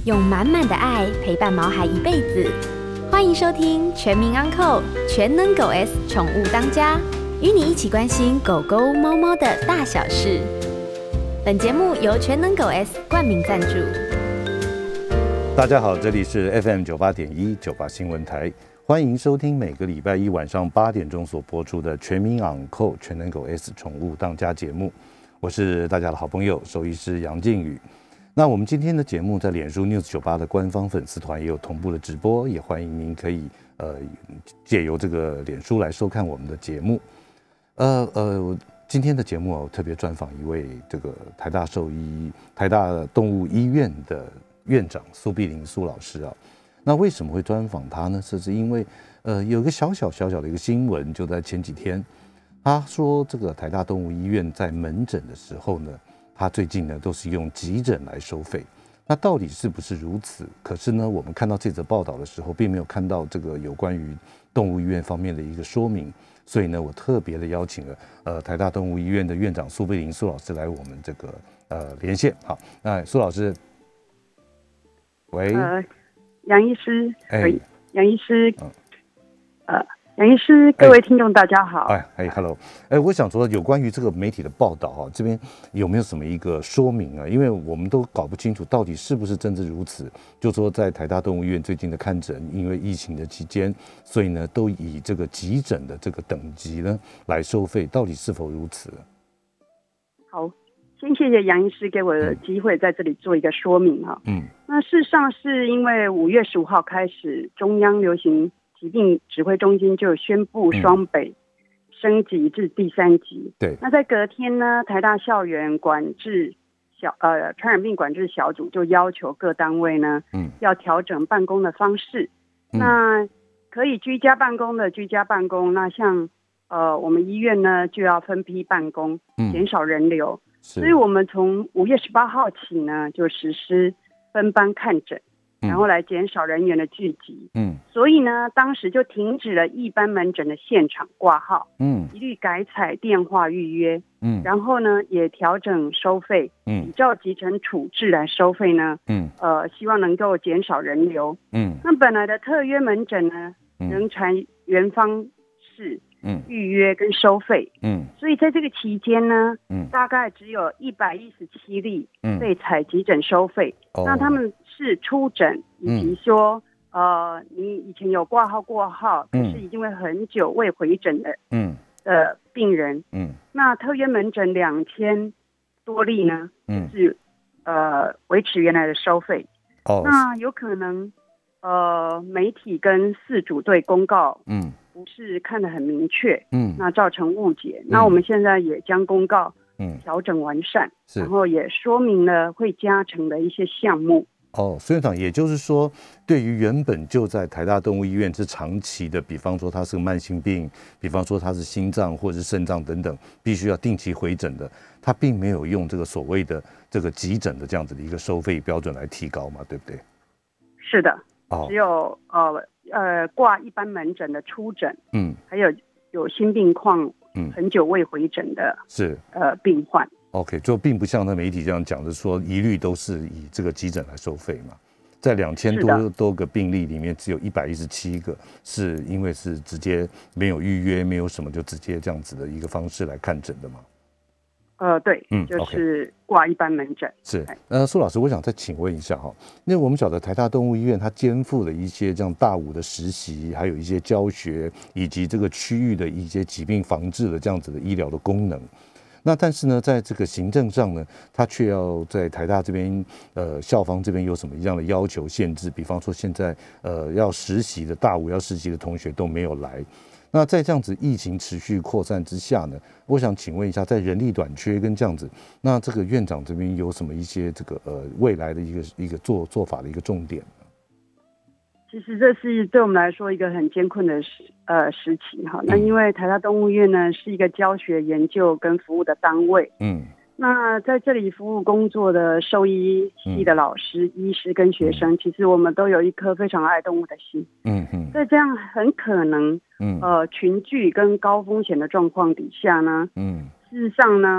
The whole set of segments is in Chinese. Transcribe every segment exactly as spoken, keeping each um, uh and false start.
用满满的爱陪伴毛孩一辈子。欢迎收听全民安扣全能狗 S 宠物当家，与你一起关心狗狗、猫猫的大小事。本节目由全能狗 S 冠名赞助。 大家好，这里是 F M 九八点一九八新闻台，欢迎收听每个礼拜一晚上八点钟所播出的全民昂扣全能狗 S 宠物当家节目。我是大家的好朋友兽医师杨靖宇。那我们今天的节目在脸书 News 九八的官方粉丝团也有同步的直播，也欢迎您可以呃借由这个脸书来收看我们的节目。呃呃，今天的节目我特别专访一位这个台大兽医、台大动物医院的院长苏碧玲苏老师啊。那为什么会专访他呢？这是因为呃有一个小小小小的一个新闻，就在前几天，他说这个台大动物医院在门诊的时候呢，他最近呢都是用急诊来收费。那到底是不是如此？可是呢，我们看到这则报道的时候，并没有看到这个有关于动物医院方面的一个说明，所以呢，我特别的邀请了呃台大动物医院的院长苏碧玲苏老师来我们这个呃连线。好，那苏老师，喂， 呃，杨医师， 哎， 杨医师， 嗯、 呃。杨医师，各位听众，大家好。 哎哎 ，Hello， 哎，我想说，有关于这个媒体的报道哈，这边有没有什么一个说明啊？因为我们都搞不清楚到底是不是真的如此。就说在台大动物医院最近的看诊，因为疫情的期间，所以呢，都以这个急诊的这个等级呢来收费，到底是否如此？ 好，先谢谢杨医师给我的机会在这里做一个说明哈。嗯，那事实上是因为五月十五号开始，中央流行疾病指挥中心就宣布双北升级至第三级。 对、嗯， 那在隔天呢，台大校园管制小呃传染病管制小组就要求各单位呢，嗯，要调整办公的方式。嗯、那可以居家办公的居家办公，那像呃我们医院呢就要分批办公，减少人流。嗯、所以我们从五月十八号起呢，就实施分班看诊。然后来减少人员的聚集，嗯，所以呢，当时就停止了一般门诊的现场挂号，嗯，一律改采电话预约，嗯，然后呢，也调整收费，嗯，比照集成处置来收费呢，嗯，呃，希望能够减少人流，嗯，那本来的特约门诊呢，仍采原方式。嗯，预约跟收费，嗯，所以在这个期间呢，嗯，大概只有一百一十七例被采急诊收费，嗯，那他们是初诊，以及说，嗯、呃，你以前有挂号过号，可是已经会很久未回诊的，嗯，的病人，嗯，那特约门诊两千多例呢，嗯，是呃维持原来的收费，哦，那有可能，呃，媒体跟饲主对公告，嗯。不是看得很明确，嗯，那造成误解。嗯、那我们现在也将公告嗯调整完善，然后也说明了会加成的一些项目。 哦，苏院长，也就是说，对于原本就在台大动物医院是长期的，比方说他是个慢性病，比方说他是心脏或者是肾脏等等，必须要定期回诊的，他并没有用这个所谓的这个急诊的这样子的一个收费标准来提高嘛，对不对？ 是的，哦、只有呃。呃，挂一般门诊的初诊，嗯，还有有心病况，嗯，很久未回诊的，是呃病患。 OK， 就并不像那媒体这样讲的说，一律都是以这个急诊来收费嘛。在两千多多个病例里面，只有一百一十七个是因为是直接没有预约，没有什么就直接这样子的一个方式来看诊的嘛。 呃，对，嗯，就是挂一般门诊。 是，呃，苏老师，我想再请问一下哈，因为我们晓得台大动物医院它肩负了一些这样大五的实习，还有一些教学，以及这个区域的一些疾病防治的这样子的医疗的功能。那但是呢，在这个行政上呢，它却要在台大这边，呃，校方这边有什么样的要求限制？比方说现在呃要实习的大五要实习的同学都没有来。那在这样子疫情持续扩散之下呢，我想请问一下，在人力短缺跟这样子，那这个院长这边有什么一些这个呃未来的一个一个做做法的一个重点？ 其实这是对我们来说一个很艰困的时呃时期哈。那因为台大动物医院呢是一个教学、研究跟服务的单位，嗯。那在这里服务工作的兽医系的老师、嗯、医师跟学生，其实我们都有一颗非常爱动物的心。嗯嗯。在这样很可能，嗯呃群聚跟高风险的状况底下呢，嗯，事实上呢，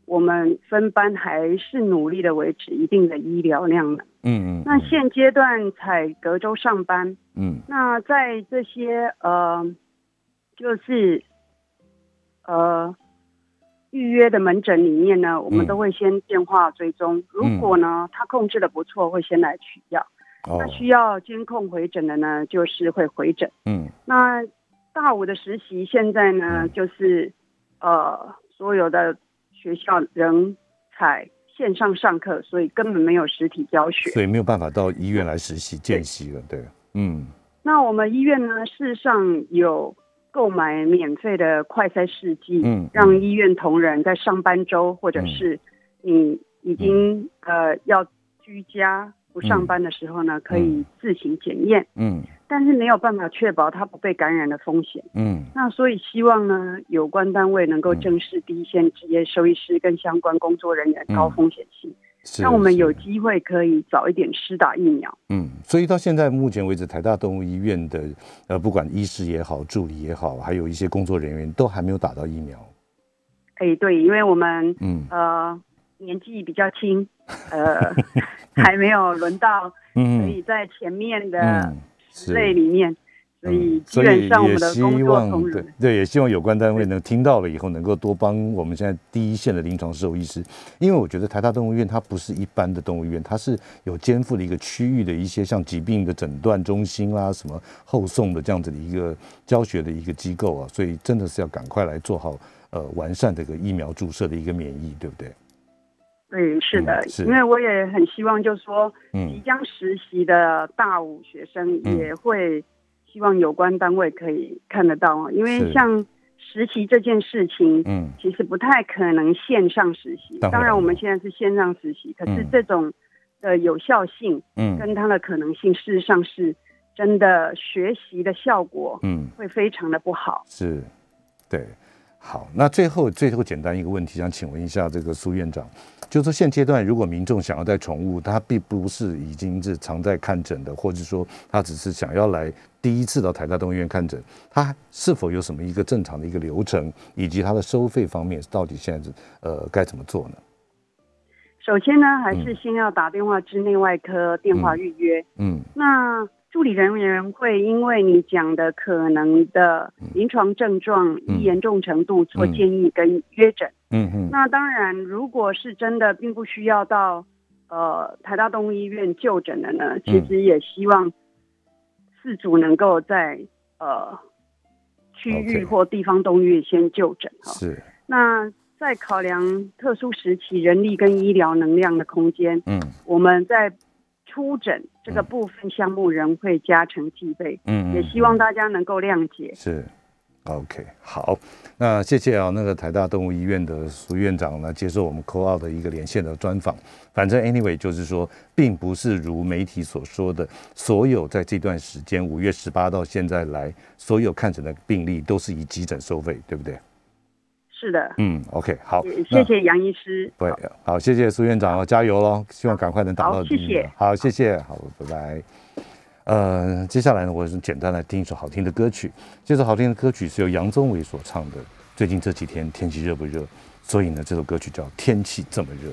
我们分班还是努力的维持一定的医疗量能。 嗯嗯。 那现阶段采隔周上班。 嗯。 那在这些呃，就是呃预约的门诊里面呢，我们都会先电话追踪。嗯、如果呢他控制的不错，会先来取药。哦、那需要监控回诊的呢，就是会回诊。嗯。那大五的实习现在呢，嗯、就是呃所有的学校仍采线上上课，所以根本没有实体教学， 所以没有办法到医院来实习见习了。对，嗯。 那我们医院呢，事实上有购买免费的快筛试剂，嗯，让医院同仁在上班周或者是你已经、嗯、呃要居家不上班的时候呢，嗯、可以自行检验，嗯，但是没有办法确保它不被感染的风险，嗯，那所以希望呢，有关单位能够正视第一线职业兽医师跟相关工作人员高风险性。嗯，让我们有机会可以早一点施打疫苗。 嗯，所以到现在目前为止，台大动物医院的呃，不管医师也好，助理也好，还有一些工作人员都还没有打到疫苗。 哎，对，因为我们嗯呃年纪比较轻，呃还没有轮到可以在前面的十类里面。嗯，所以基本上我们的工作同仁、嗯、 对, 对，也希望有关单位能听到了以后，能够多帮我们现在第一线的临床兽医师，因为我觉得台大动物医院它不是一般的动物医院，它是有肩负了一个区域的一些像疾病的诊断中心啦、什么后送的这样子的一个教学的一个机构啊，所以真的是要赶快来做好呃完善这个疫苗注射的一个免疫，对不对？ 对，是的，嗯、是因为我也很希望，就是说，即将实习的大五学生也会、嗯。希望有关单位可以看得到，因为像实习这件事情，嗯，其实不太可能线上实习。当然，当然我们现在是线上实习，可是这种的有效性，嗯，跟它的可能性，事实上是真的学习的效果，嗯，会非常的不好。 是，对。好，那最后最后简单一个问题，想请问一下这个苏院长，就是说现阶段如果民众想要带宠物，他并不是已经是常在看诊的，或者说他只是想要来第一次到台大动物医院看诊，他是否有什么一个正常的一个流程，以及他的收费方面到底现在呃该怎么做呢？ 首先呢，还是先要打电话至内外科电话预约。嗯，嗯那助理人员会因为你讲的可能的临床症状、嗯、严重程度做建议跟约诊。嗯嗯。那当然，如果是真的并不需要到呃台大动物医院就诊的呢，其实也希望饲主能够在呃区域或地方动物医院先就诊哈。是。那在考量特殊时期人力跟医疗能量的空间，嗯，我们在出诊这个部分项目仍会加成计备，嗯，也希望大家能够谅解。 是 ，OK， 好，那谢谢啊，那个台大动物医院的苏院长呢，接受我们 call out 的一个连线的专访。反正 anyway 就是说，并不是如媒体所说的，所有在这段时间五月十八到现在来，所有看诊的病例都是以急诊收费，对不对？ 是的， 嗯 ，OK， 好， 谢谢杨医师。 对，好，谢谢苏院长哦，加油喽！希望赶快能打到。 谢谢。 好，谢谢，好，拜拜。呃，接下来呢，我是简单来听一首好听的歌曲。这首好听的歌曲是由杨宗纬所唱的。最近这几天天气热不热？所以呢，这首歌曲叫《天气这么热》。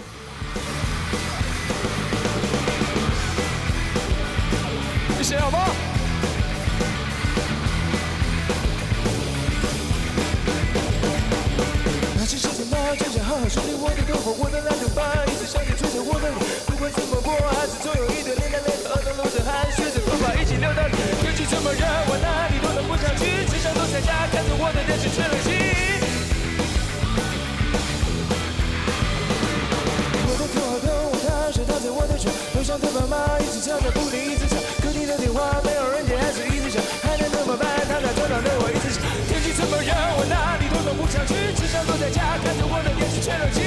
你写好吗？梳理我的头发，我的篮球棒一直向你吹着我的脸，不管怎么过，还是总有一点脸脸额头流着汗，随着头发一起流到底。天气这么热，我哪里都能不想去，只想躲在家，看着我的电视吹冷气。我的头好痛，我躺睡躺在我的床，头上的爸妈一直唱着不停一直唱，客厅的电话没有人接，还是一直响，还能怎么办？躺在床上对我一直想，天气这么热，我哪里都能不想去，只想躲在家，看着我的电视吹冷气。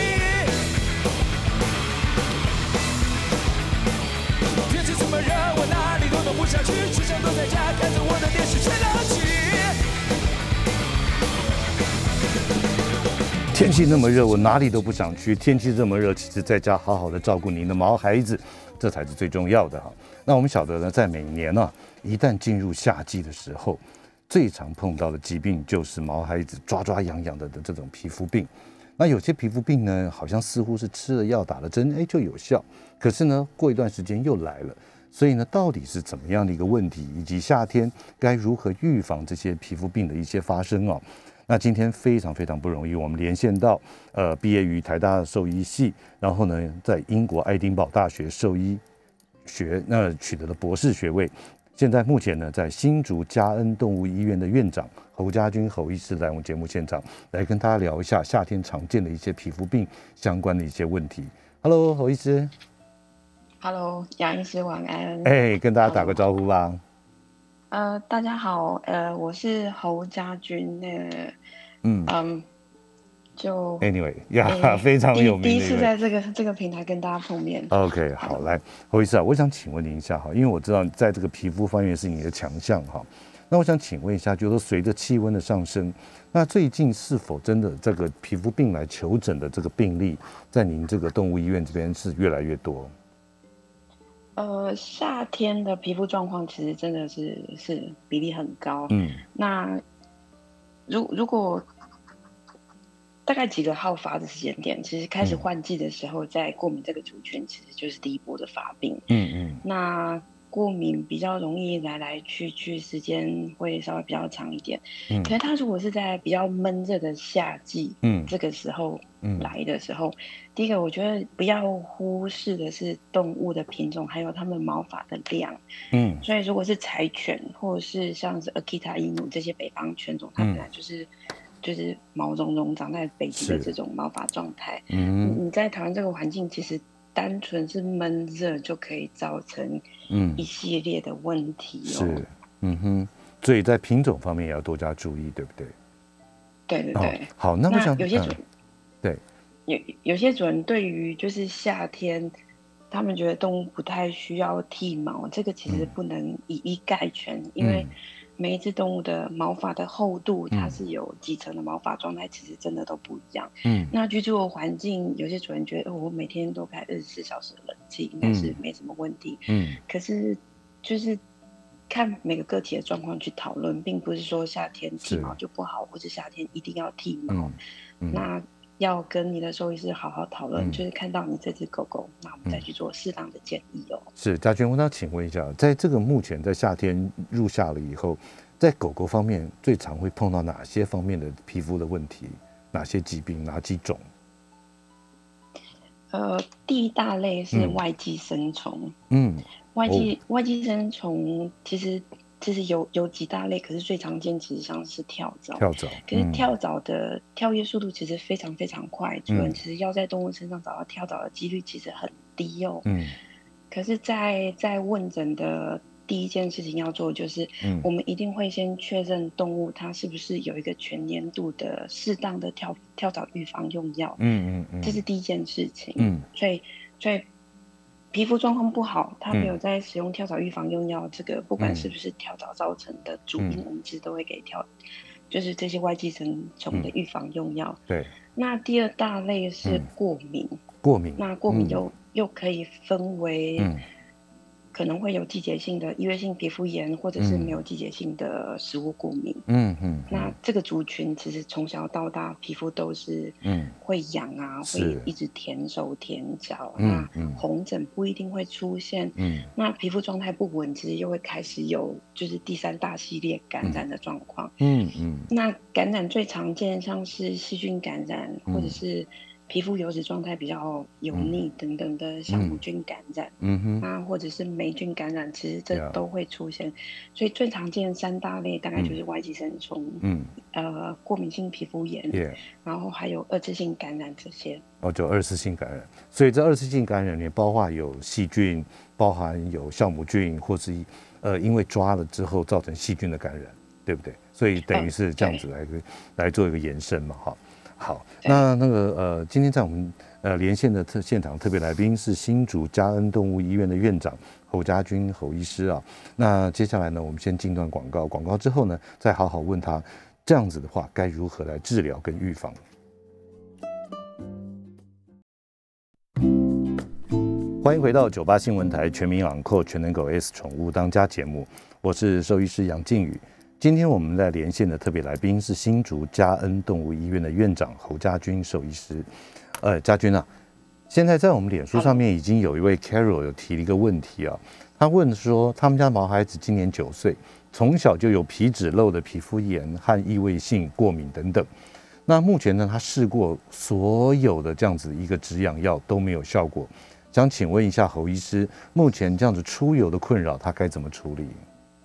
天气这么热，我哪里都能不想去，只想躲在家，看着我的电视吹冷气。 天气那么热，我哪里都不想去。天气这么热，其实在家好好的照顾您的毛孩子，这才是最重要的哈。那我们晓得呢，在每年呢、啊，一旦进入夏季的时候，最常碰到的疾病就是毛孩子抓抓痒痒的的这种皮肤病。 那有些皮肤病呢，好像似乎是吃了药打了针，哎就有效，可是呢过一段时间又来了。所以呢，到底是怎么样的一个问题，以及夏天该如何预防这些皮肤病的一些发生哦？那今天非常非常不容易，我们连线到呃毕业于台大兽医系，然后呢在英国爱丁堡大学兽医学那取得了博士学位，现在目前呢在新竹嘉恩动物医院的院长侯家军侯医师来我们节目现场，来跟大家聊一下夏天常见的一些皮肤病相关的一些问题。Hello， 侯医师。 Hello， 杨医师晚安。 哎，跟大家打个招呼吧。 呃，大家好，呃，我是侯家军，那个，嗯嗯，就 anyway 呀、yeah, ，非常有名的第一次在这个这个平台跟大家碰面。 OK， 好，来，侯医师啊，我想请问您一下哈，因为我知道在这个皮肤方面是你的强项哈，那我想请问一下，就是随着气温的上升，那最近是否真的这个皮肤病来求诊的这个病例，在您这个动物医院这边是越来越多？ 呃，夏天的皮肤状况其实真的是是比例很高。嗯，那如如果大概几个好发的时间点，其实开始换季的时候，在过敏这个族群，其实就是第一波的发病。嗯嗯，那过敏比较容易来来去去，时间会稍微比较长一点。嗯，可是它如果是在比较闷热的夏季，嗯，这个时候来的时候，嗯、第一个我觉得不要忽视的是动物的品种，还有它们毛发的量。嗯，所以如果是柴犬，或者是像是 Akita Inu 这些北方犬种，它本来就是。嗯就是毛茸茸长在北极的这种毛发状态，嗯，你在台湾这个环境，其实单纯是闷热就可以造成一系列的问题哦。是， 嗯哼，所以在品种方面也要多加注意，对不对？ 对对对。哦、 好，那我想有些主、嗯、 对有有些主人对于就是夏天，他们觉得动物不太需要剃毛，这个其实不能以一概全，嗯、因为。每一只动物的毛发的厚度，它是有几层的毛发状态，其实真的都不一样。嗯，那居住的环境，有些主人觉得、哦、我每天都开二十四小时的冷气，应该是没什么问题。嗯，可是就是看每个个体的状况去讨论，并不是说夏天剃毛就不好，或者夏天一定要剃毛。嗯嗯、那要跟你的兽医师好好讨论，嗯、就是看到你这只狗狗，那我们再去做适当的建议哦。 是家军，我想请问一下，在这个目前在夏天入夏了以后，在狗狗方面最常会碰到哪些方面的皮肤的问题？哪些疾病？哪几种？ 呃，第一大类是外寄生虫。嗯，外寄、哦、外寄生虫其实。其实有有几大类，可是最常见其实像是跳蚤。 跳蚤， 可是跳蚤的跳跃速度其实非常非常快，主人其实要在动物身上找到跳蚤的几率其实很低哦。嗯。可是在，在在问诊的第一件事情要做，就是、嗯、我们一定会先确认动物它是不是有一个全年度的适当的跳跳蚤预防用药。嗯嗯嗯。这是第一件事情。嗯。所以所以。皮肤状况不好，他没有在使用跳蚤预防用药，嗯、这个不管是不是跳蚤造成的主因，嗯、我们其实都会给跳，就是这些外寄生虫的预防用药。嗯、对。那第二大类是过敏。嗯、 过敏。 那过敏又、嗯、又可以分为。嗯可能会有季节性的异位性皮肤炎，或者是没有季节性的食物过敏。嗯嗯。那这个族群其实从小到大皮肤都是嗯会痒啊，会一直舔手舔脚。嗯嗯。那红疹不一定会出现。嗯。那皮肤状态不稳，其实又会开始有就是第三大系列感染的状况。嗯嗯。那感染最常见像是细菌感染，或者是。皮肤油脂状态比较油腻等等的酵母菌感染，嗯哼，那或者是霉菌感染，其实这都会出现。所以最常见三大类大概就是外寄生虫，嗯，呃，过敏性皮肤炎， yeah. 然后还有二次性感染这些。 哦，就二次性感染。所以这二次性感染里面包括有细菌，包含有酵母菌，或是呃因为抓了之后造成细菌的感染，对不对？所以等于是这样子来、呃、来做一个延伸嘛，哈。好，那那个呃，今天在我们呃连线的特现场特别来宾是新竹嘉恩动物医院的院长侯家军侯医师啊。那接下来呢，我们先进段广告，广告之后呢，再好好问他这样子的话该如何来治疗跟预防。欢迎回到九八新闻台全民养扣全能狗 S 宠物当家节目，我是兽医师杨靖宇。 今天我们在连线的特别来宾是新竹嘉恩动物医院的院长侯家军兽医师。呃，家军啊，现在在我们脸书上面已经有一位 Carol 有提了一个问题啊，他问说他们家毛孩子今年九岁，从小就有皮脂漏的皮肤炎和异位性过敏等等。那目前呢，他试过所有的这样子一个止痒药都没有效果，想请问一下侯医师，目前这样子出油的困扰，他该怎么处理？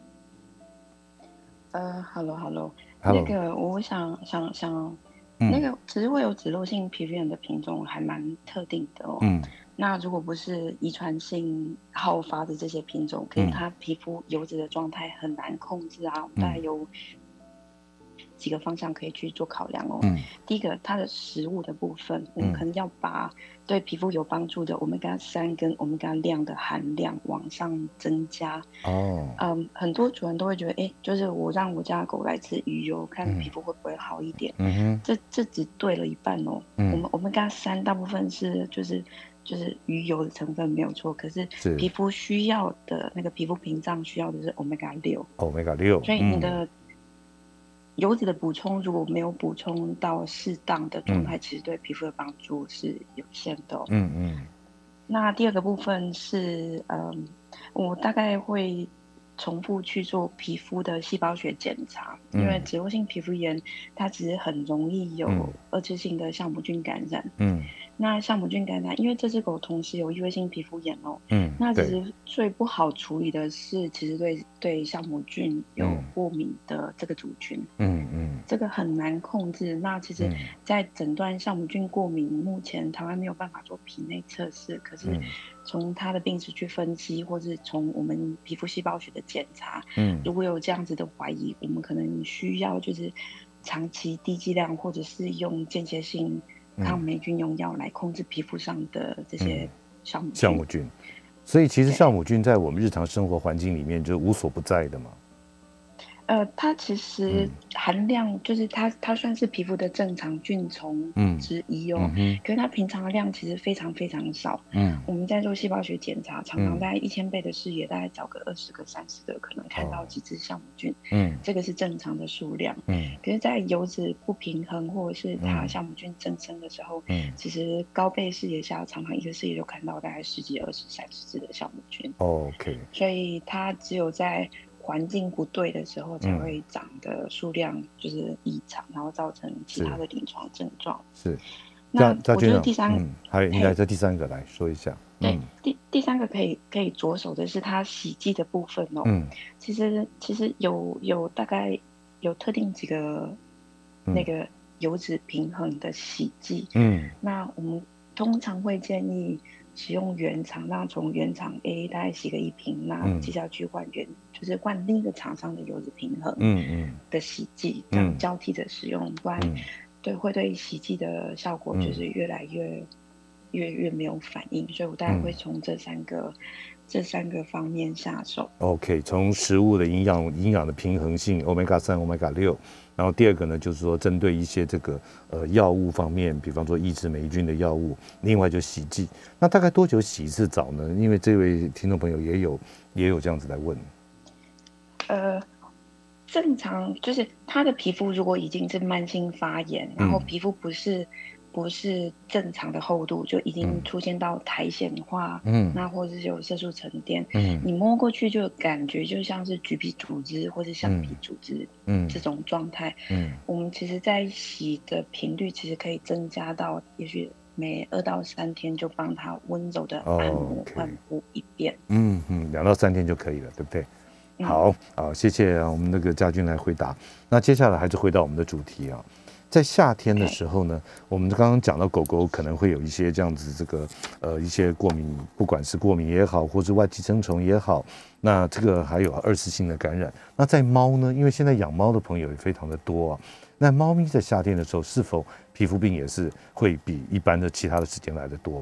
呃，Hello Hello， Hello 那个我想想想， 嗯、 那个其实会有脂漏性皮肤炎的品种还蛮特定的哦。嗯，那如果不是遗传性好发的这些品种，可是它皮肤油脂的状态很难控制啊，我们大概有几个方向可以去做考量哦。嗯，第一个，它的食物的部分，我们可能要把对皮肤有帮助的omega 三跟 omega 六的含量往上增加。哦，嗯，很多主人都会觉得，哎，就是我让我家的狗来吃鱼油，看皮肤会不会好一点。嗯哼，这这只对了一半哦。嗯，我们 omega 三大部分是就是就是鱼油的成分没有错，可是皮肤需要的那个皮肤屏障需要的是 omega 六。 omega 六， 所以你的、嗯油脂的补充如果没有补充到适当的状态，嗯、其实对皮肤的帮助是有限的、哦。嗯嗯。那第二个部分是，嗯，我大概会重复去做皮肤的细胞学检查，嗯、因为脂漏性皮肤炎它其实很容易有二次性的酵母菌感染。嗯。那酵母菌感染，因为这只狗同时有异位性皮肤炎哦。嗯。那其实最不好处理的是，其实对对酵母菌有过敏的这个族群。嗯嗯。这个很难控制。那其实，在诊断酵母菌过敏，目前台湾没有办法做皮内测试，可是从它的病史去分析，或是从我们皮肤细胞学的检查，嗯，如果有这样子的怀疑，我们可能需要就是长期低剂量，或者是用间歇性抗霉菌用药来控制皮肤上的这些酵母菌。酵母菌， 所以其实酵母菌在我们日常生活环境里面就无所不在的嘛。 呃，它其实含量就是它，它算是皮肤的正常菌丛之一哦。嗯、可是它平常的量其实非常非常少。嗯，我们在做细胞学检查，常常在一千倍的视野，大概找个二十个、三十个，可能看到几只酵母菌。嗯，这个是正常的数量。嗯，可是，在油脂不平衡或者是它酵母菌增生的时候，嗯，其实高倍视野下，常常一个视野就看到大概十几、二十、三十只的酵母菌。 哦、OK， 所以它只有在环境不对的时候才会长的数量就是异常，嗯、然后造成其他的临床症状。 是， 那我觉得第三， 嗯，还有应该在第三个来说一下。 对，嗯、第第三个可以可以着手的是它洗剂的部分哦。嗯，其实其实有有大概有特定几个那个油脂平衡的洗剂。嗯，那我们通常会建议使用原厂，那从原厂 A 大概洗个一瓶，那接下去换原、嗯、就是换另一个厂商的油脂平衡的洗剂，嗯嗯、这样交替着使用，不然对会对洗剂的效果就是越来越、嗯、越越没有反应，所以我大概会从这三个、嗯、这三个方面下手。 OK， 从食物的营养营养的平衡性 ，omega 三、omega 六。然后第二个呢，就是说针对一些这个呃药物方面，比方说抑制霉菌的药物，另外就洗剂。那大概多久洗一次澡呢？因为这位听众朋友也有也有这样子来问。 呃，正常就是他的皮肤如果已经是慢性发炎，然后皮肤不是。嗯不是正常的厚度，就已经出现到苔藓化，嗯，那或者是有色素沉淀，嗯，你摸过去就感觉就像是橘皮组织或是橡皮组织，嗯，这种状态，嗯，我们其实在洗的频率其实可以增加到，也许每二到三天就帮他温柔的按摩按摩一遍， 嗯嗯，两到三天就可以了，对不对？好，好，谢谢我们那个家军来回答。那接下来还是回到我们的主题啊。在夏天的时候呢，我们刚刚讲到狗狗可能会有一些这样子这个呃一些过敏，不管是过敏也好，或是外寄生虫也好，那这个还有二次性的感染。那在猫呢，因为现在养猫的朋友也非常的多啊，那猫咪在夏天的时候是否皮肤病也是会比一般的其他的时间来的多？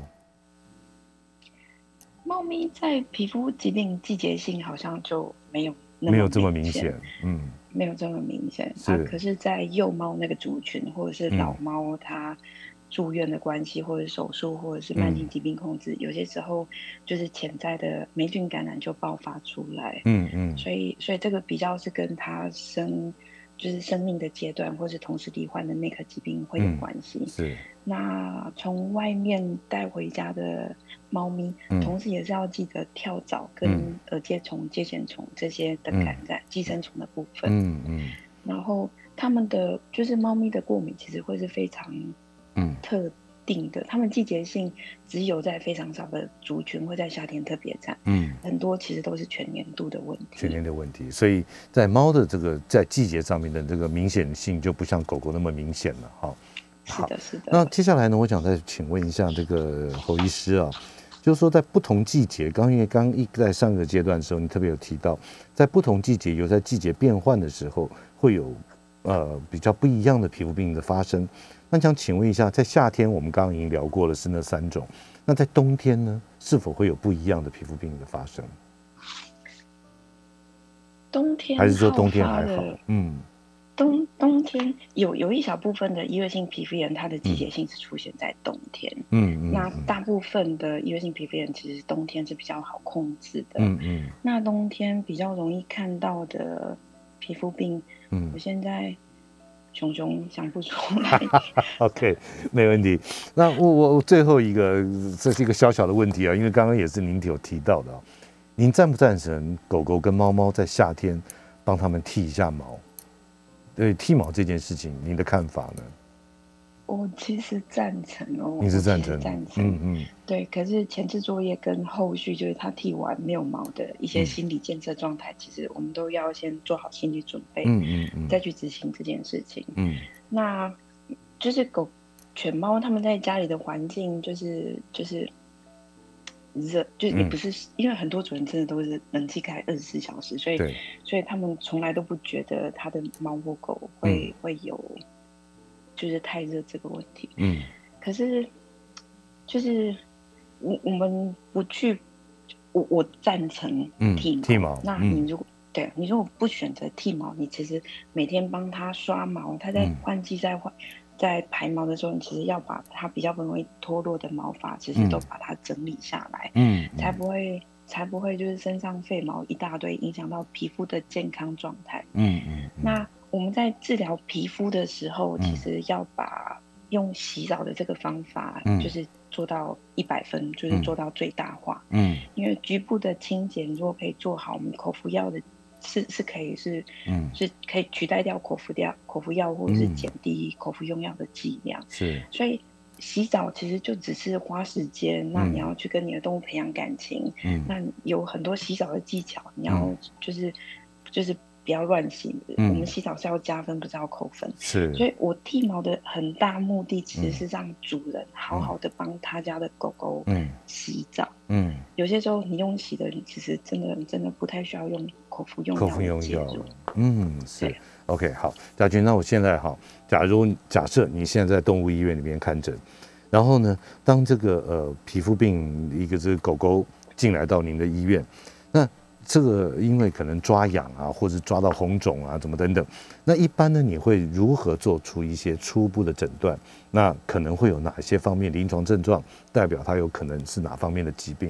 猫咪在皮肤疾病季节性好像就没有那么没有这么明显，嗯。 没有这么明显啊，可是，在幼猫那个族群或者是老猫，它、嗯、 住院的关系，或者手术，或者是慢性疾病控制，嗯、有些时候就是潜在的霉菌感染就爆发出来。嗯嗯，所以所以这个比较是跟他生就是生命的阶段，或是同时罹患的内科疾病会有关系。嗯、 是。那从外面带回家的猫咪，嗯、同时也是要记得跳蚤跟耳疥虫、疥藓虫这些的感染，寄生虫的部分。嗯嗯，然后他们的就是猫咪的过敏，其实会是非常嗯特定的，它们季节性只有在非常少的族群会在夏天特别占，嗯，很多其实都是全年度的问题， 全年的问题，所以在猫的这个在季节上面的这个明显性就不像狗狗那么明显了哈。 是的，是的。 那接下来呢，我想再请问一下这个侯医师啊，就是说在不同季节，刚因为刚一在上个阶段的时候，你特别有提到，在不同季节有在季节变换的时候会有呃比较不一样的皮肤病的发生。那想请问一下，在夏天我们刚刚已经聊过了是那三种，那在冬天呢，是否会有不一样的皮肤病的发生？ 冬天还是说冬天还好？嗯。 冬冬天有有一小部分的异位性皮肤炎，它的季节性是出现在冬天。嗯嗯。那大部分的异位性皮肤炎其实冬天是比较好控制的。嗯嗯。那冬天比较容易看到的皮肤病，嗯，我现在熊熊想不出来。 OK， 没问题。那我我最后一个，这是一个小小的问题啊，因为刚刚也是您有提到的，您赞不赞成狗狗跟猫猫在夏天帮他们剃一下毛？对剃毛这件事情，您的看法呢？ 我其实赞成哦。 你是赞成？ 赞成。嗯嗯。对，可是前置作业跟后续就是他剃完没有毛的一些心理建设状态，嗯、其实我们都要先做好心理准备，嗯嗯嗯，再去执行这件事情。嗯。那就是狗、犬猫他们在家里的环境，就是就是。热就也不是、嗯，因为很多主人真的都是冷气开二十四小时，所以所以他们从来都不觉得他的猫或狗会、嗯、会有就是太热这个问题。嗯，可是就是我我们不去，我我赞成剃毛。嗯、 剃毛， 那你如果、嗯、对你如果不选择剃毛，你其实每天帮他刷毛，他在换季在换。嗯在排毛的时候，你其实要把它比较不容易脱落的毛发，其实都把它整理下来，嗯，才不会才不会就是身上废毛一大堆，影响到皮肤的健康状态。嗯嗯。那我们在治疗皮肤的时候，其实要把用洗澡的这个方法，就是做到一百分，就是做到最大化。嗯。因为局部的清洁，如果可以做好，我们口服药的。是是可以是，嗯，是可以取代掉口服药、口服药或者是减低口服用药的剂量。是，所以洗澡其实就只是花时间。嗯、那你要去跟你的动物培养感情，嗯，那有很多洗澡的技巧，你要就是、嗯、就是不要乱洗。嗯、我们洗澡是要加分，不是要扣分。是，所以我剃毛的很大目的其实是让主人好好的帮他家的狗狗洗澡。嗯，有些时候你用洗的，其实真的真的不太需要用口服用药。口服用药， 嗯，是 OK。好，家军，那我现在哈，假如假设你现在在动物医院里面看诊，然后呢，当这个呃皮肤病一个这个狗狗进来到您的医院，那这个因为可能抓痒啊，或者抓到红肿啊，怎么等等，那一般呢，你会如何做出一些初步的诊断？那可能会有哪些方面临床症状，代表它有可能是哪方面的疾病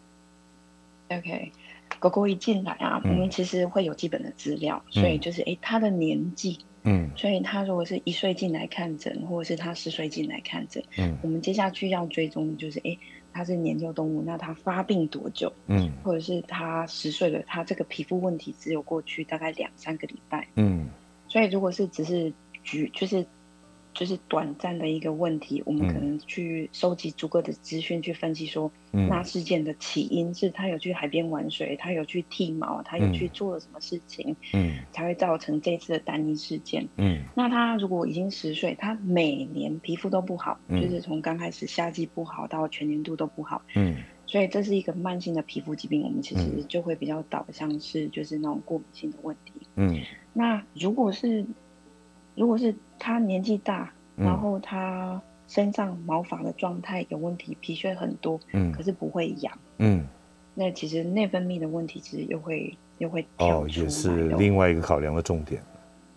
？OK， 狗狗一进来啊，嗯、我们其实会有基本的资料，所以就是哎，它的年纪，嗯，所以它如果是一岁进来看诊，或者是它十岁进来看诊，嗯，我们接下去要追踪的就是哎。它是年幼动物，那它发病多久？嗯，或者是它十岁了，它这个皮肤问题只有过去大概两三个礼拜。嗯，所以如果是只是局，就是就是短暂的一个问题，我们可能去收集足够的资讯去分析说，嗯、那事件的起因是它有去海边玩水，它有去剃毛，它有去做了什么事情，嗯，才会造成这次的单一事件。嗯，那它如果已经十岁，它每年皮肤都不好，嗯、就是从刚开始夏季不好到全年度都不好。嗯，所以这是一个慢性的皮肤疾病，我们其实就会比较导向是就是那种过敏性的问题。嗯，那如果是如果是他年纪大，嗯、然后他身上毛发的状态有问题，皮屑很多，嗯，可是不会痒，嗯，那其实内分泌的问题其实又会又会跳出来， 哦，也是另外一个考量的重点。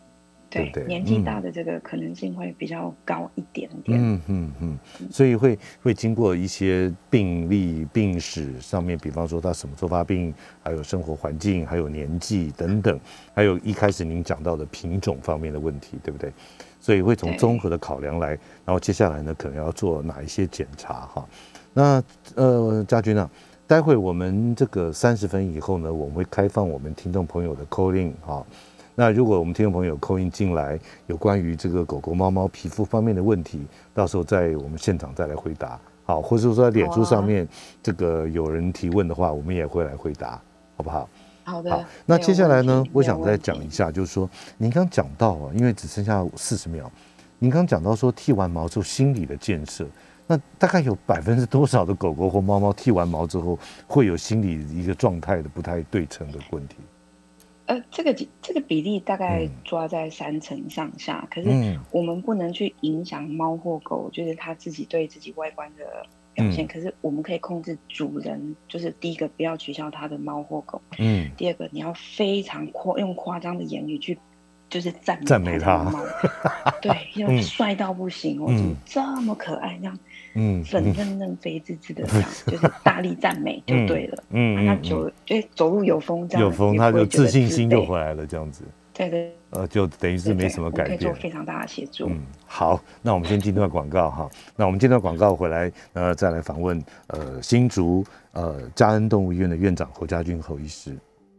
对不对？ 年纪大的这个可能性会比较高一点点。 嗯嗯嗯，所以会会经过一些病历、病史上面，比方说他什么时候发病，还有生活环境，还有年纪等等，还有一开始您讲到的品种方面的问题，对不对？所以会从综合的考量来，然后接下来呢，可能要做哪一些检查哈？那呃，家军啊，待会我们这个三十分以后呢，我们会开放我们听众朋友的 call in 哈。那如果我们听众朋友 call in 进来，有关于这个狗狗、猫猫皮肤方面的问题，到时候在我们现场再来回答，好，或者说在脸书上面、啊、这个有人提问的话，我们也会来回答，好不好？ 好的。 好，那接下来呢，我想再讲一下，就是说，您刚讲到啊，因为只剩下四十秒，您刚讲到说剃完毛之后心理的建设，那大概有百分之多少的狗狗或猫猫剃完毛之后会有心理一个状态的不太对称的问题？ 呃，这个这个比例大概抓在三成上下，嗯、可是我们不能去影响猫或狗，就是它自己对自己外观的表现。嗯、可是我们可以控制主人，就是第一个不要取笑它的猫或狗，嗯，第二个你要非常夸用夸张的言语去，就是赞美赞美它， 对，要帅到不行，我、嗯、怎么这么可爱，这样。嗯，粉嫩嫩、肥滋滋的这样，就是大力赞美就对了。嗯，他走，哎，走路有风，这样有风，他就自信心就回来了，这样子。 对对， 呃，就等于是没什么改变， 可以做非常大的协助。 嗯，好，那我们先进段广告哈。那我们进段广告回来，呃，再来访问呃新竹呃嘉恩动物医院的院长侯家军侯医师。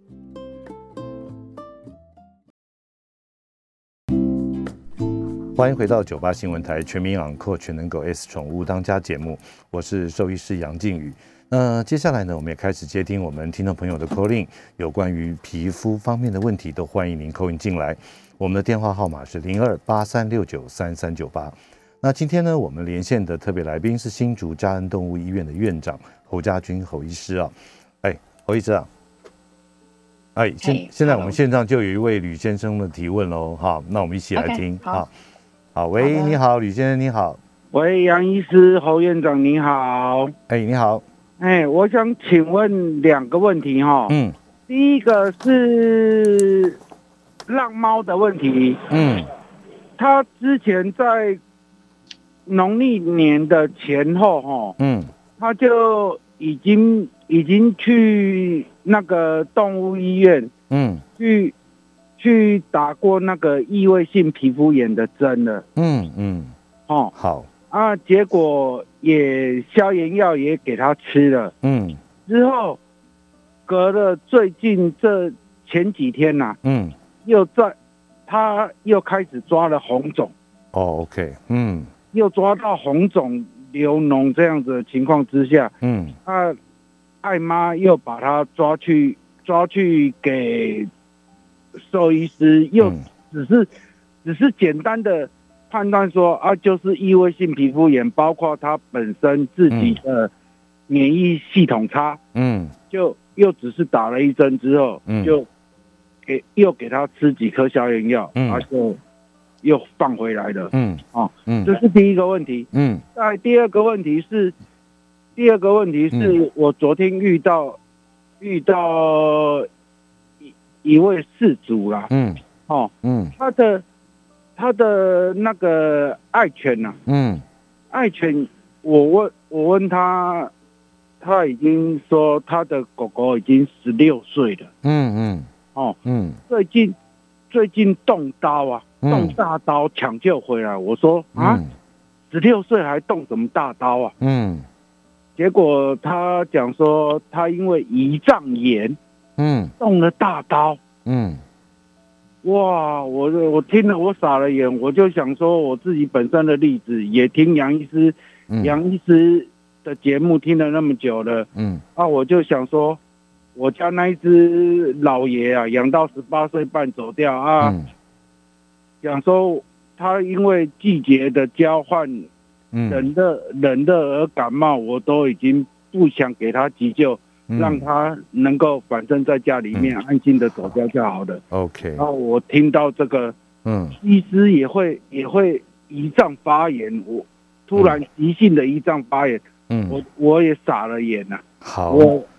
欢迎回到九八新闻台全民养狗全能狗 S 宠物当家节目，我是兽医师杨靖宇。那接下来呢，我们也开始接听我们听众朋友的 call in， 有关于皮肤方面的问题，都欢迎您 call in 进来。我们的电话号码是零二八三六九三三九八。那今天呢，我们连线的特别来宾是新竹嘉恩动物医院的院长侯家军侯医师啊。哎，侯医师啊。哎，现现在我们线上就有一位吕先生的提问喽，哈，那我们一起来听。 Okay, 好， 好，喂，你好，吕先生，你好。 喂，杨医师，侯院长，你好。 哎，你好。 哎，我想请问两个问题哈。嗯。第一个是浪猫的问题。嗯。他之前在农历年的前后哈，嗯，他就已经已经去那个动物医院，嗯，去去打过那个异位性皮肤炎的针了。嗯嗯。哦， 好。 啊，结果也消炎药也给他吃了，嗯，之后隔了最近这前几天呐、啊，嗯，又在他又开始抓了红肿， 哦 ，OK， 嗯， 又抓到红肿流脓这样子的情况之下，嗯，啊，艾妈又把他抓去抓去给兽医师，又只是、嗯、只是简单的判断说啊，就是异位性皮肤炎，包括他本身自己的免疫系统差，嗯，就又只是打了一针之后，嗯，就给又给他吃几颗消炎药，嗯，他就又放回来了，嗯，哦，嗯，这是第一个问题，嗯，再第二个问题是，第二个问题是、嗯、我昨天遇到遇到一一位饲主啦，嗯，哦，嗯，他的。他的那个爱犬呐、啊，嗯，爱犬，我问我问他，他已经说他的狗狗已经十六岁了，嗯嗯，哦，嗯，最近最近动刀啊，动大刀抢救回来，我说啊，十六岁还动什么大刀啊？嗯，结果他讲说他因为胰脏炎，嗯，动了大刀，嗯。哇，我我听了我傻了眼，我就想说我自己本身的例子，也听杨医师，嗯、杨医师的节目听了那么久了，嗯，啊，我就想说，我家那一只老爷啊，养到十八岁半走掉啊，嗯、想说他因为季节的交换，嗯、冷热冷热而感冒，我都已经不想给他急救。让他能够反正在家里面安心的走掉就好了。 OK。 然后我听到这个，嗯，医师也会也会胰脏发炎，我突然急性的胰脏发炎，嗯，我我也傻了眼了。 好， 我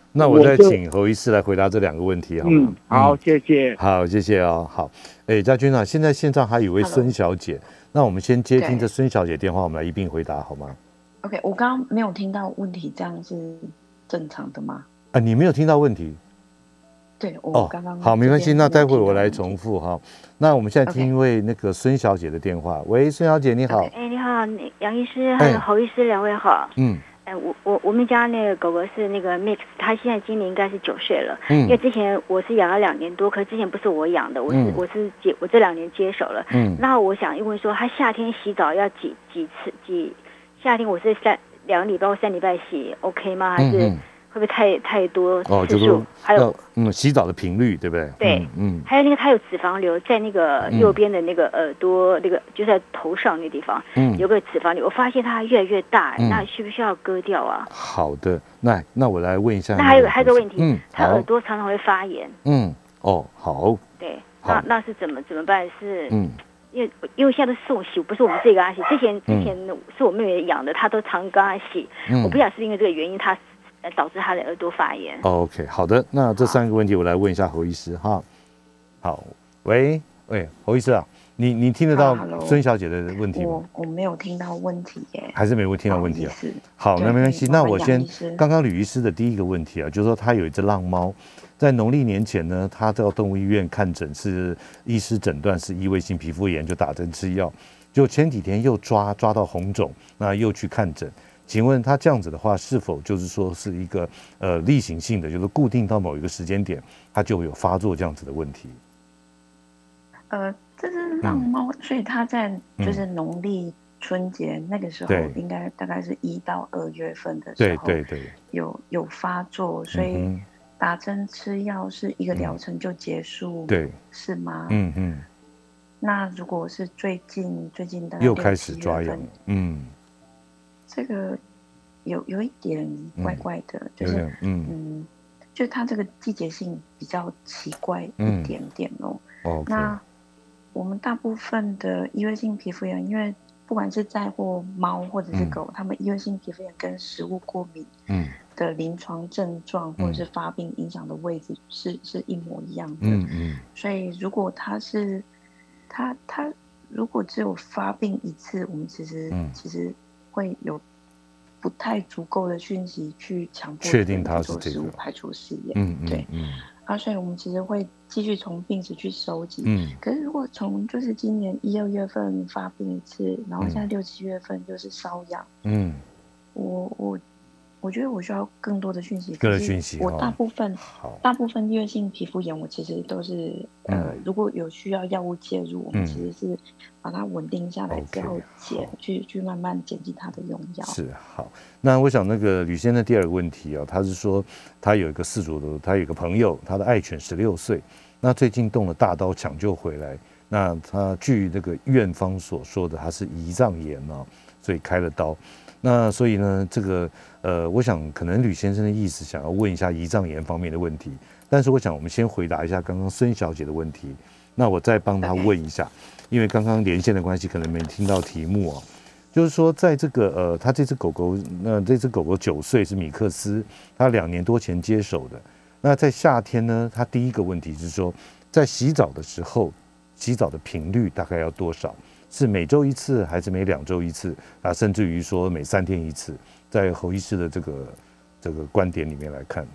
那我再请侯医师来回答这两个问题好吗？ 嗯，好，谢谢。 好，谢谢哦。好，哎，家军啊，现在线上还有位孙小姐，那我们先接听这孙小姐电话，我们来一并回答好吗 ？OK， 我刚刚没有听到问题，这样是正常的吗？ 啊，你没有听到问题？ 对，我刚刚、 哦、好，没关系，那待会我来重复哈。那我们现在听一位那个孙小姐的电话。喂，孙小姐你好。 哎、okay, 你好，杨医师还有侯医师两位好。 嗯。 哎，我我我们家那个狗狗是那个 Mix， 它现在今年应该是九岁了。嗯。因为之前我是养了两年多，可是之前不是我养的，我是、嗯、我是接我这两年接手了。嗯。那我想问说，它夏天洗澡要几几次？几夏天我是三两个礼拜或三礼拜洗 OK 吗？还是？嗯嗯会不会太太多次数？哦、还有嗯，洗澡的频率对不对？ 对，嗯，嗯还有那个它有脂肪瘤在那个右边的那个耳朵、嗯、那个就在头上那地方，嗯，有个脂肪瘤，我发现它越来越大，嗯、那需不需要割掉啊？ 好的，那那我来问一下。 那还有还有个问题，嗯，它耳朵常常会发炎。 嗯，哦，好。 对，那那是怎么怎么办？是嗯。因为因为现在都是我洗，不是我们自己跟他洗。之前之前是我妹妹养的，她都常跟他洗。嗯、我不晓得是因为这个原因，她导致他的耳朵发炎。 OK， 好的，那这三个问题我来问一下侯医师哈。好，喂喂，侯医师啊，你你听得到孙小姐的问题吗？ 我我没有听到问题耶， 还是没有听到问题啊？好，那没关系，那我先刚刚吕医师的第一个问题啊，就是说他有一只浪猫，在农历年前呢，他到动物医院看诊，是医师诊断是异位性皮肤炎，就打针吃药，就前几天又抓抓到红肿，那又去看诊。请问他这样子的话，是否就是说是一个呃例行性的，就是固定到某一个时间点，它就有发作这样子的问题？ 呃，这是浪猫，嗯、所以它在就是农历春节、嗯、那个时候，应该大概是一到二月份的时候， 对对对， 有有发作，所以打针吃药是一个疗程就结束， 对、嗯， 是吗？ 嗯嗯。 那如果是最近最近的又开始抓痒，嗯。 这个有有一点怪怪的，嗯、就是嗯嗯，就它这个季节性比较奇怪一点点哦。嗯 okay、那我们大部分的异位性皮肤炎，因为不管是载货猫或者是狗，嗯、它们异位性皮肤炎跟食物过敏的临床症状、嗯、或者是发病影响的位置是是一模一样的。嗯嗯，所以如果它是它它如果只有发病一次，我们其实、嗯、其实。会有不太足够的讯息去强迫确定它是这个排除试验， 嗯嗯， 对， 嗯， 啊，所以我们其实会继续从病史去收集，嗯，可是如果从就是今年一二月份发病一次，然后现在六七月份就是瘙痒，嗯，我我我觉得我需要更多的讯息， 更多的讯息， 我大部分大部分异位性皮肤炎，我其实都是、嗯、呃，如果有需要药物介入，我们其实是把它稳定下来之后减，去去慢慢减低它的用药。 是好，那我想那个吕先生第二个问题啊，他是说他有一个饲主的，他有一个朋友，他的爱犬十六岁，那最近动了大刀抢救回来，那他据那个院方所说的，他是胰脏炎啊，所以开了刀。那所以呢，这个呃，我想可能吕先生的意思想要问一下胰脏炎方面的问题，但是我想我们先回答一下刚刚孙小姐的问题，那我再帮她问一下， okay. 因为刚刚连线的关系，可能没听到题目哦。就是说，在这个呃，他这只狗狗，那这只狗狗九岁是米克斯，他两年多前接手的。那在夏天呢，他第一个问题是说，在洗澡的时候，洗澡的频率大概要多少？是每周一次还是每两周一次啊？甚至于说每三天一次，在侯医师的这个这个观点里面来看，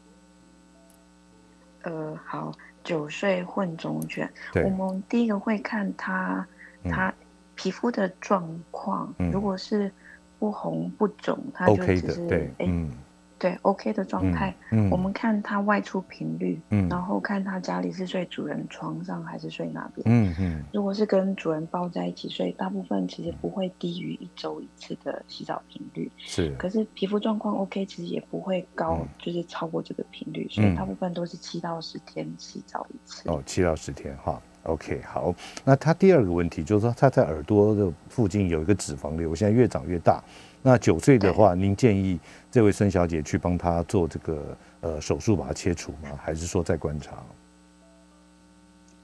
呃，好，九岁混种犬，我们第一个会看它它皮肤的状况，嗯、如果是不红不肿，它就只是 OK 的，对，嗯。 对 OK 的状态、嗯嗯，我们看他外出频率、嗯，然后看他家里是睡主人床上还是睡哪边。嗯嗯，如果是跟主人抱在一起睡，大部分其实不会低于一周一次的洗澡频率。 是， 可是皮肤状况 OK， 其实也不会高，嗯、就是超过这个频率，所以大部分都是七到十天洗澡一次。 哦，七到十天哈。OK， 好。那他第二个问题就是说，他在耳朵的附近有一个脂肪瘤，现在越长越大。那九岁的话，您建议这位孙小姐去帮他做这个呃手术把它切除吗？还是说再观察？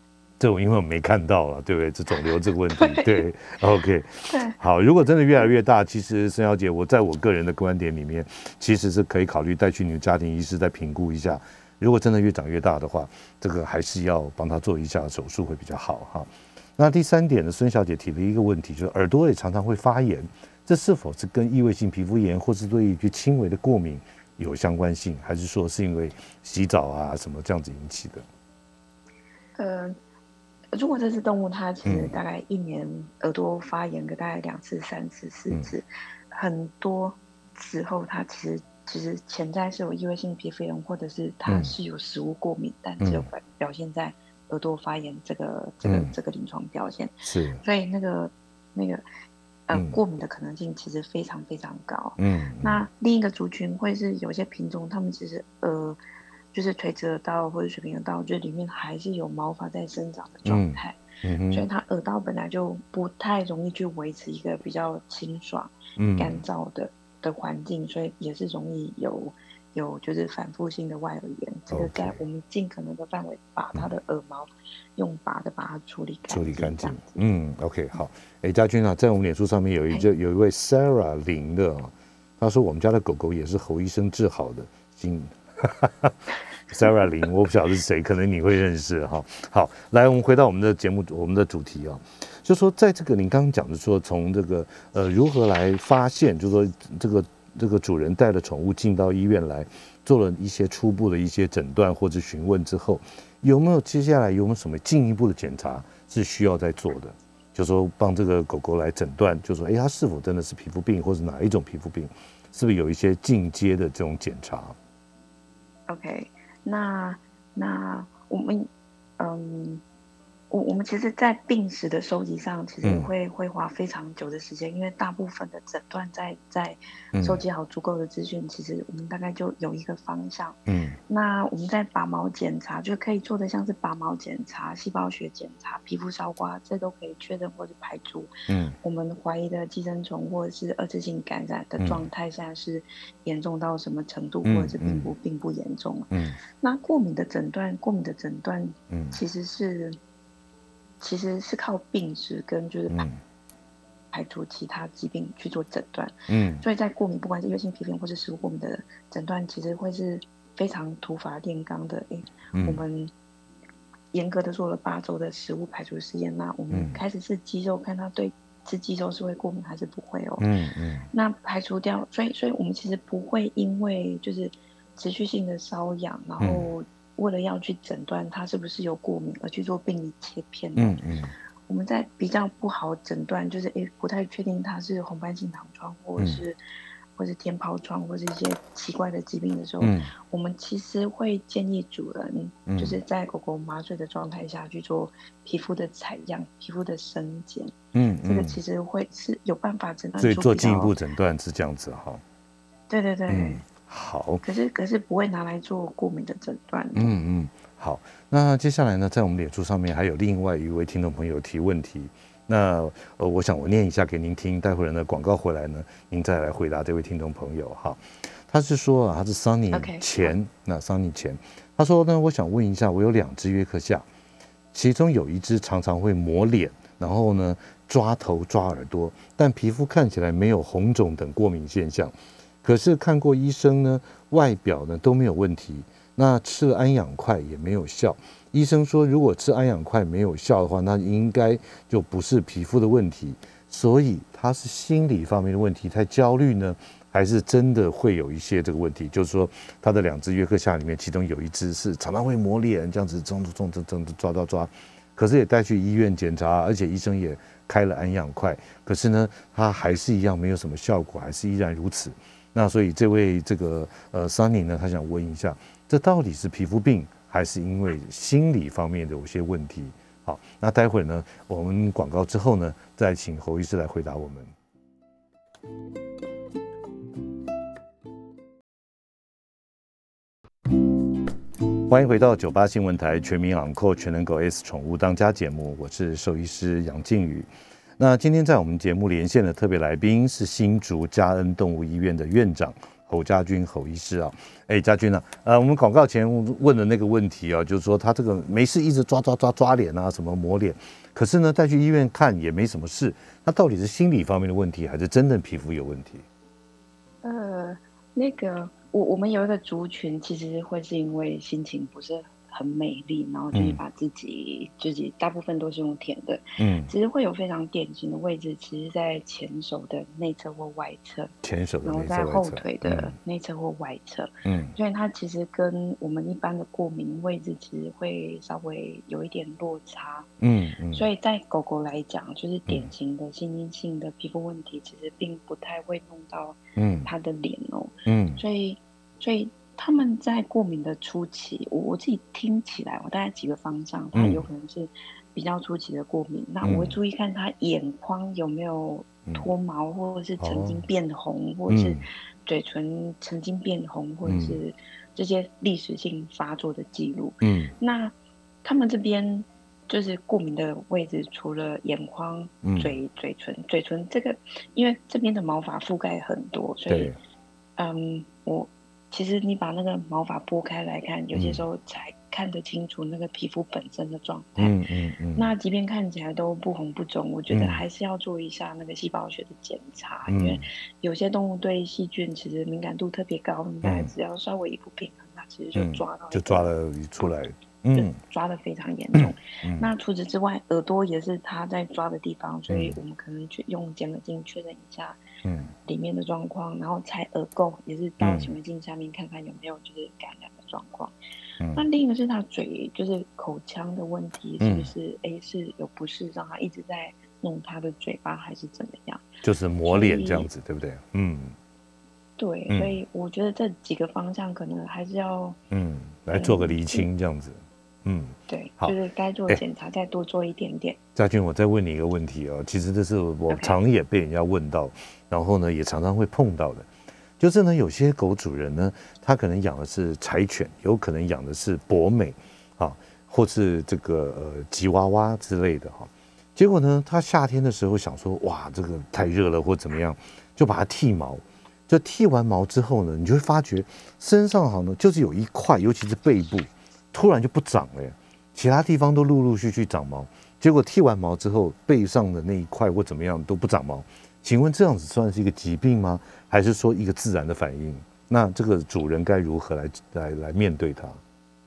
这种因为我没看到了，对不对？这肿瘤这个问题，对 ，OK， 对， 好。如果真的越来越大，其实孙小姐，我在我个人的观点里面，其实是可以考虑带去你的家庭医师再评估一下。如果真的越长越大的话，这个还是要帮他做一下手术会比较好哈。那第三点呢，孙小姐提了一个问题，就是耳朵也常常会发炎，这是否是跟异位性皮肤炎或是对一些轻微的过敏有相关性，还是说是因为洗澡啊什么这样子引起的？ 呃。如果这只动物它其实大概一年耳朵发炎个大概两次、三次、四次，嗯、很多时候它其实其实潜在是有异位性皮肤炎，或者是它是有食物过敏，嗯、但只有表现在耳朵发炎这个这个、嗯、这个临床表现。是，所以那个那个呃、嗯、过敏的可能性其实非常非常高。嗯，那另一个族群会是有些品种，它们其实呃。就是垂直耳道或者水平耳道，就里面还是有毛发在生长的状态，嗯嗯、所以它耳道本来就不太容易去维持一个比较清爽、嗯、干燥的的环境，所以也是容易有有就是反复性的外耳炎。这个在我们尽可能的范围把它的耳毛用拔的把它处理干净，处理干净。 嗯 ，OK， 好。哎，家军啊，在我们脸书上面有一就有一位 Sarah 林的，他说我们家的狗狗也是侯医生治好的，今。Sarah 林，我不晓得是谁，可能你会认识哈。好，来，我们回到我们的节目，我们的主题啊，就说在这个您刚刚讲的说，从这个呃如何来发现，就是说这个这个主人带了宠物进到医院来，做了一些初步的一些诊断或者询问之后，有没有接下来有没有什么进一步的检查是需要再做的？就说帮这个狗狗来诊断，就说哎，它是否真的是皮肤病，或是哪一种皮肤病，是不是有一些进阶的这种检查？ OK， 那那我们嗯，我我们其实，在病史的收集上，其实会、嗯、会花非常久的时间，因为大部分的诊断在在收集好足够的资讯，嗯、其实我们大概就有一个方向。嗯，那我们在拔毛检查就可以做的，像是拔毛检查、细胞学检查、皮肤烧刮，这都可以确认或者排除。嗯，我们怀疑的寄生虫或者是二次性感染的状态，现在是严重到什么程度，嗯、或者是并不并不严重。嗯，那过敏的诊断，过敏的诊断，嗯，其实是。其实是靠病史跟就是排、嗯、排除其他疾病去做诊断，嗯，所以在过敏，不管是异位性皮肤炎或是食物过敏的诊断，其实会是非常土法炼钢的。哎、嗯，我们严格的做了八周的食物排除实验，那我们开始是鸡肉，看它对吃鸡肉是会过敏还是不会哦，嗯嗯，那排除掉，所以所以我们其实不会因为就是持续性的瘙痒，然后、嗯。为了要去诊断它是不是有过敏而去做病理切片，嗯嗯，我们在比较不好诊断，就是诶不太确定它是红斑性狼疮，或者是、嗯、或是天疱疮，或是一些奇怪的疾病的时候，嗯、我们其实会建议主人、嗯、就是在狗狗麻醉的状态下去做皮肤的采样、皮肤的生检，嗯，这个其实会是有办法诊断出， 所以做进一步诊断是这样子哈。 对对对。嗯， 好， 可是可是不会拿来做过敏的诊断。 嗯嗯，好，那接下来呢，在我们脸书上面还有另外一位听众朋友提问题，那呃，我想我念一下给您听，待会儿呢广告回来呢，您再来回答这位听众朋友哈。他是说啊，他是 Sunny 钱， okay, 那 Sunny 钱，他说呢，我想问一下，我有两只约克夏，其中有一只常常会抹脸，然后呢抓头抓耳朵，但皮肤看起来没有红肿等过敏现象。可是看过医生呢，外表呢都没有问题，那吃了安养块也没有效。医生说，如果吃安养块没有效的话，那应该就不是皮肤的问题，所以他是心理方面的问题，太焦虑呢，还是真的会有一些这个问题？就是说，他的两只约克夏里面，其中有一只是常常会抹脸，这样子冲冲冲冲抓抓抓，可是也带去医院检查，而且医生也开了安养块，可是呢，他还是一样没有什么效果，还是依然如此。那所以这位这个呃 Sunny 呢，他想问一下，这到底是皮肤病，还是因为心理方面的有些问题？好，那待会儿呢，我们广告之后呢，再请侯医师来回答我们。欢迎回到九八新闻台全民昂扣全能狗 S 宠物当家节目，我是兽医师杨靖宇。那今天在我们节目连线的特别来宾是新竹嘉恩动物医院的院长侯家军侯医师啊。哎，家军啊，呃，我们广告前问的那个问题啊，就是说他这个没事一直抓抓抓抓脸啊，什么抹脸，可是呢带去医院看也没什么事，那到底是心理方面的问题，还是真的皮肤有问题？ 呃，那个我我们有一个族群，其实会是因为心情不是很美丽，然后就是把自己、嗯、自己大部分都是用舔的，嗯，其实会有非常典型的位置，其实在前手的内侧或外侧， 前手的内侧， 然后在后腿的内侧或外侧，嗯，所以它其实跟我们一般的过敏位置其实会稍微有一点落差，嗯嗯，所以在狗狗来讲，就是典型的心因性的皮肤问题，其实并不太会弄到嗯它的脸哦，嗯，所以所以。他们在过敏的初期，我我自己听起来，我大概几个方向，它有可能是比较初期的过敏。嗯、那我会注意看他眼眶有没有脱毛，嗯、或者是曾经变红，哦、或者是嘴唇曾经变红，嗯、或者是这些历史性发作的记录。嗯，那他们这边就是过敏的位置，除了眼眶、嗯、嘴、嘴唇、嘴唇这个，因为这边的毛发覆盖很多，所以，嗯，我。其实你把那个毛发拨开来看，有些时候才看得清楚那个皮肤本身的状态。嗯嗯嗯。那即便看起来都不红不肿，我觉得还是要做一下那个细胞学的检查，嗯、因为有些动物对细菌其实敏感度特别高，你大概只要稍微一不平衡，它其实就抓到、嗯， 就抓了出来。 嗯，抓得非常严重。嗯、那除此之外，耳朵也是它在抓的地方，所以我们可能去用显微镜确认一下，嗯，里面的状况，然后采耳垢也是到显微镜下面看看有没有就是感染的状况。嗯、那另一个是它嘴就是口腔的问题，是不是哎、嗯、是有不适，让它一直在弄它的嘴巴，还是怎么样？ 就是抹脸这样子，对不对？嗯。 对，嗯、所以我觉得这几个方向可能还是要嗯来做个厘清这样子。嗯， 对，好，就是该做检查再多做一点点。 家军，我再问你一个问题哦，其实这是我常也被人家问到， okay. 然后呢也常常会碰到的，就是呢有些狗主人呢，他可能养的是柴犬，有可能养的是博美啊，或是这个呃吉娃娃之类的哈，结果呢他夏天的时候想说哇这个太热了或怎么样，就把它剃毛，就剃完毛之后呢，你就会发觉身上好呢就是有一块，尤其是背部。突然就不长了，其他地方都陆陆续续长毛，结果剃完毛之后，背上的那一块或怎么样都不长毛。请问这样子算是一个疾病吗？还是说一个自然的反应？那这个主人该如何来来来面对它？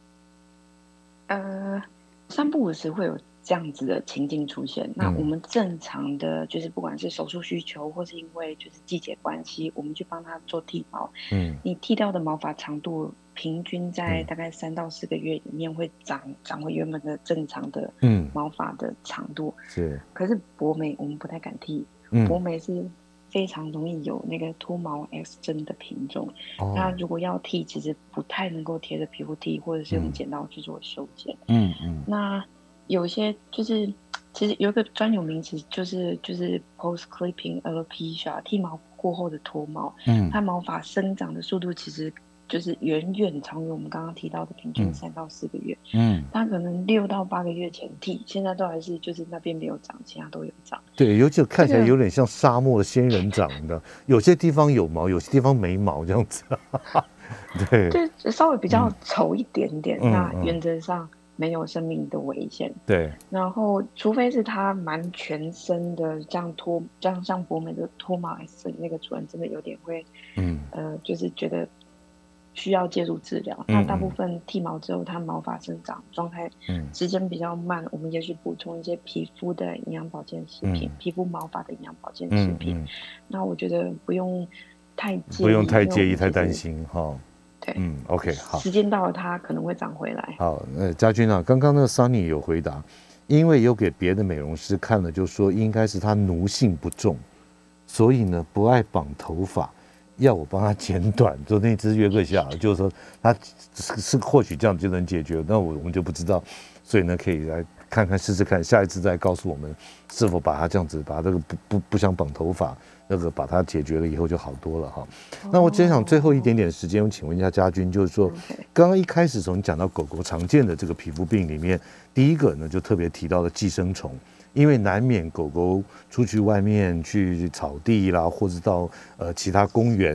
呃，三不五时会有这样子的情境出现。那我们正常的就是不管是手术需求，或是因为就是季节关系，我们去帮他做剃毛。嗯，你剃掉的毛发长度。平均在大概三到四个月里面会长长回原本的正常的毛发的长度，嗯、是。可是博美我们不太敢剃，嗯、博美是非常容易有那个脱毛 X 针的品种。哦、那如果要剃，其实不太能够贴着皮肤剃，或者是用剪刀去做修剪。嗯嗯。那有些就是其实有一个专有名词，就是就是 post clipping alopecia， 剃毛过后的脱毛。嗯。它毛发生长的速度其实。就是远远超于我们刚刚提到的平均三到四个月，嗯，它可能六到八个月前剃，现在都还是就是那边没有长，其他都有长。 对，尤其看起来有点像沙漠的仙人掌的，这个、有些地方有毛，有些地方没毛这样子。对， 就稍微比较丑一点点，嗯、那原则上没有生命的危险。 对， 然后除非是它蛮全身的，这样脱，这样像博美的脱毛 X 那个主人真的有点会，嗯，呃，就是觉得。需要介入治疗，那大部分剃毛之后，它毛发生长状态时间比较慢，嗯、我们也许补充一些皮肤的营养保健食品，嗯、皮肤毛发的营养保健食品。嗯嗯、那我觉得不用太介意， 不用太介意、太担心哈。 对， 嗯 ，OK， 好， 时间到了，它可能会长回来。 好，呃，家军啊，刚刚那个 Sunny 有回答，因为有给别的美容师看了，就说应该是他奴性不重，所以呢不爱绑头发。要我帮他剪短，就那只约克夏，就是说他是是或许这样就能解决，那我我们就不知道，所以呢可以来看看试试看，下一次再告诉我们是否把它这样子把这个不不不想绑头发那个把它解决了以后就好多了哈。哦、那我只想最后一点点时间，我请问一下家军，就是说刚刚一开始从你讲到狗狗常见的这个皮肤病里面，第一个呢就特别提到了寄生虫。因为难免狗狗出去外面去草地啦，或者到呃其他公园，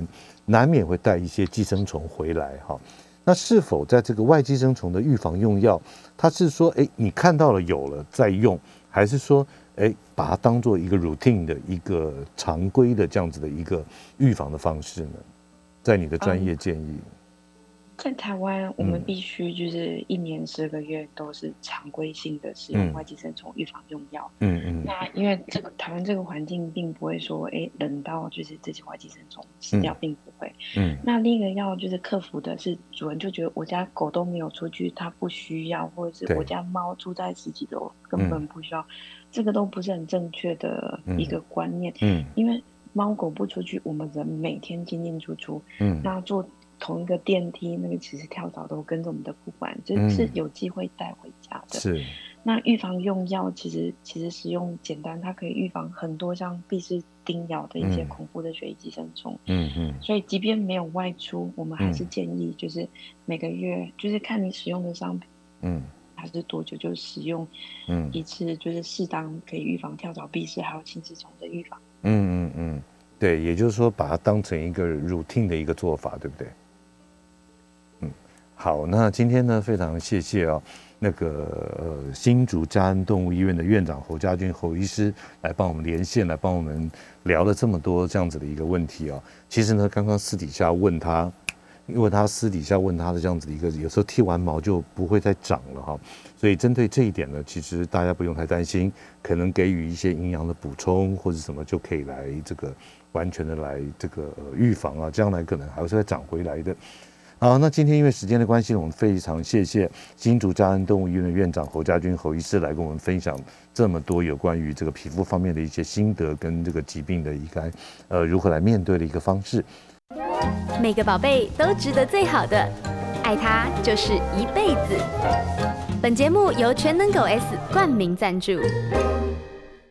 难免会带一些寄生虫回来哈。那是否在这个外寄生虫的预防用药，它是说，哎，你看到了有了再用，还是说，哎，把它当做一个 routine 的一个常规的这样子的一个预防的方式呢？在你的专业建议？嗯， 在台湾，我们必须就是一年十个月都是常规性的使用外寄生虫预防用药。嗯嗯。那因为这个台湾这个环境并不会说，哎，冷到就是这些外寄生虫死掉，并不会。嗯。那另一个要就是克服的是，主人就觉得我家狗都没有出去，它不需要，或者是我家猫住在十几楼根本不需要，这个都不是很正确的一个观念。嗯。因为猫狗不出去，我们人每天进进出出。嗯。那做同一个电梯，那个其实跳蚤都跟着我们的不管，就是有机会带回家的。是。那预防用药其实其实使用简单，它可以预防很多像壁虱叮咬的一些恐怖的血液寄生虫。嗯嗯。所以即便没有外出，我们还是建议就是每个月就是看你使用的商品，嗯，还是多久就使用一次，就是适当可以预防跳蚤、壁虱还有心丝虫的预防。 嗯嗯嗯，对，也就是说把它当成一个 routine 的一个做法，对不对？好，那今天呢，非常谢谢啊、哦，那个呃新竹嘉恩动物医院的院长侯家军侯医师来帮我们连线，来帮我们聊了这么多这样子的一个问题啊、哦。其实呢，刚刚私底下问他，因为他私底下问他的这样子的一个，有时候剃完毛就不会再长了哈，所以针对这一点呢，其实大家不用太担心，可能给予一些营养的补充或者什么就可以来这个完全的来这个呃预防啊，将来可能还是会长回来的。好，那今天因为时间的关系，我们非常谢谢新竹嘉恩动物医院的院长侯家军侯医师来跟我们分享这么多有关于这个皮肤方面的一些心得跟这个疾病的一个呃如何来面对的一个方式。 每个宝贝都值得最好的，爱它就是一辈子。本节目由全能狗 S 冠名赞助。